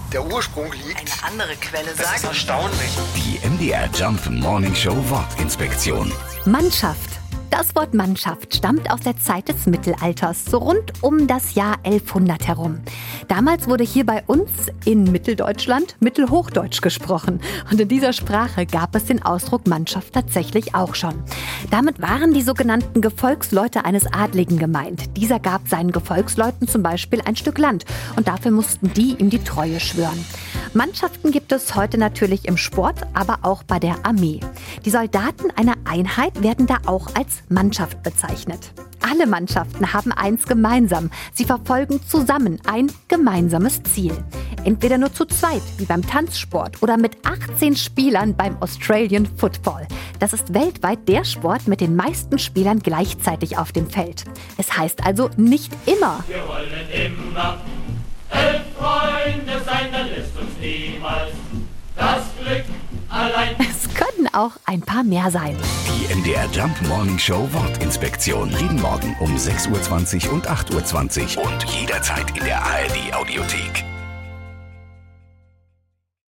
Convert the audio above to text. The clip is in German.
der Ursprung liegt. Eine andere Quelle Das sagt... ist erstaunlich. Die MDR Jump Morning Show Wortinspektion. Mannschaft. Das Wort Mannschaft stammt aus der Zeit des Mittelalters, so rund um das Jahr 1100 herum. Damals wurde hier bei uns in Mitteldeutschland Mittelhochdeutsch gesprochen. Und in dieser Sprache gab es den Ausdruck Mannschaft tatsächlich auch schon. Damit waren die sogenannten Gefolgsleute eines Adligen gemeint. Dieser gab seinen Gefolgsleuten zum Beispiel ein Stück Land und dafür mussten die ihm die Treue schwören. Mannschaften gibt es heute natürlich im Sport, aber auch bei der Armee. Die Soldaten einer Einheit werden da auch als Mannschaft bezeichnet. Alle Mannschaften haben eins gemeinsam. Sie verfolgen zusammen ein gemeinsames Ziel. Entweder nur zu zweit, wie beim Tanzsport, oder mit 18 Spielern beim Australian Football. Das ist weltweit der Sport mit den meisten Spielern gleichzeitig auf dem Feld. Es heißt also nicht immer: Wir wollen immer 11 Freunde sein, dann lässt uns niemals das Glück allein. Es können auch ein paar mehr sein. Die MDR Jump Morning Show Wortinspektion. Jeden Morgen um 6.20 Uhr und 8.20 Uhr und jederzeit in der ARD Audiothek.